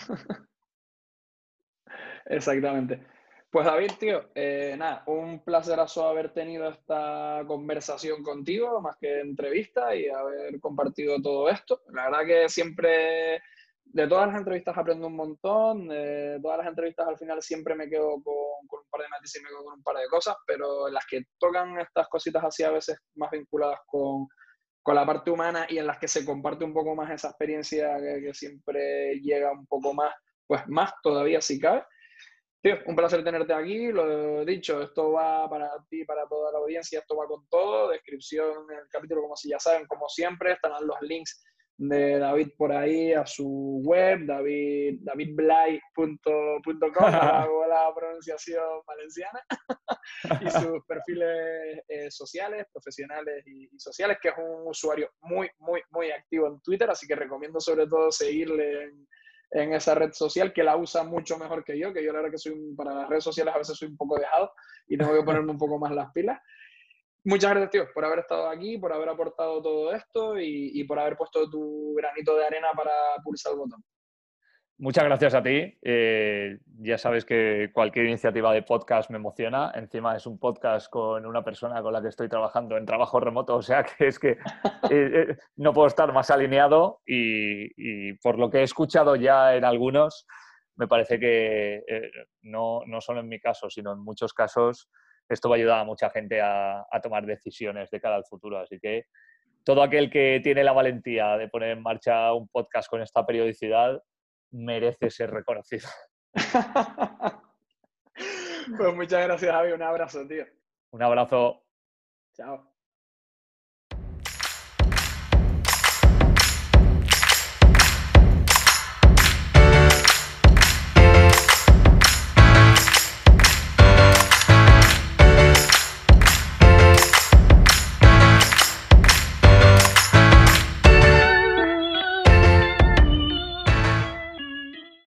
Exactamente. Pues David, tío, eh, nada, un placerazo haber tenido esta conversación contigo, más que entrevista, y haber compartido todo esto. La verdad que siempre, de todas las entrevistas aprendo un montón, de todas las entrevistas al final siempre me quedo con, con un par de noticias y me quedo con un par de cosas, pero en las que tocan estas cositas así a veces más vinculadas con, con la parte humana y en las que se comparte un poco más esa experiencia que, que siempre llega un poco más, pues más todavía si cabe. Tío, un placer tenerte aquí, lo he dicho, esto va para ti, para toda la audiencia, esto va con todo, descripción en el capítulo, como si ya saben, como siempre, estarán los links de David por ahí a su web, david, davidblay punto com, ahora hago la pronunciación valenciana, y sus perfiles eh, sociales, profesionales y, y sociales, que es un usuario muy, muy, muy activo en Twitter, así que recomiendo sobre todo seguirle en en esa red social, que la usa mucho mejor que yo, que yo la verdad que soy un, para las redes sociales a veces soy un poco dejado y tengo que ponerme un poco más las pilas. Muchas gracias, tío, por haber estado aquí, por haber aportado todo esto y, y por haber puesto tu granito de arena para pulsar el botón. Muchas gracias a ti. Eh, ya sabes que cualquier iniciativa de podcast me emociona. Encima es un podcast con una persona con la que estoy trabajando en trabajo remoto, o sea que es que eh, eh, no puedo estar más alineado y, y, por lo que he escuchado ya en algunos, me parece que eh, no, no solo en mi caso, sino en muchos casos, esto va a ayudar a mucha gente a, a tomar decisiones de cara al futuro. Así que todo aquel que tiene la valentía de poner en marcha un podcast con esta periodicidad merece ser reconocido. Pues muchas gracias, Javi. Un abrazo, tío. Un abrazo. Chao.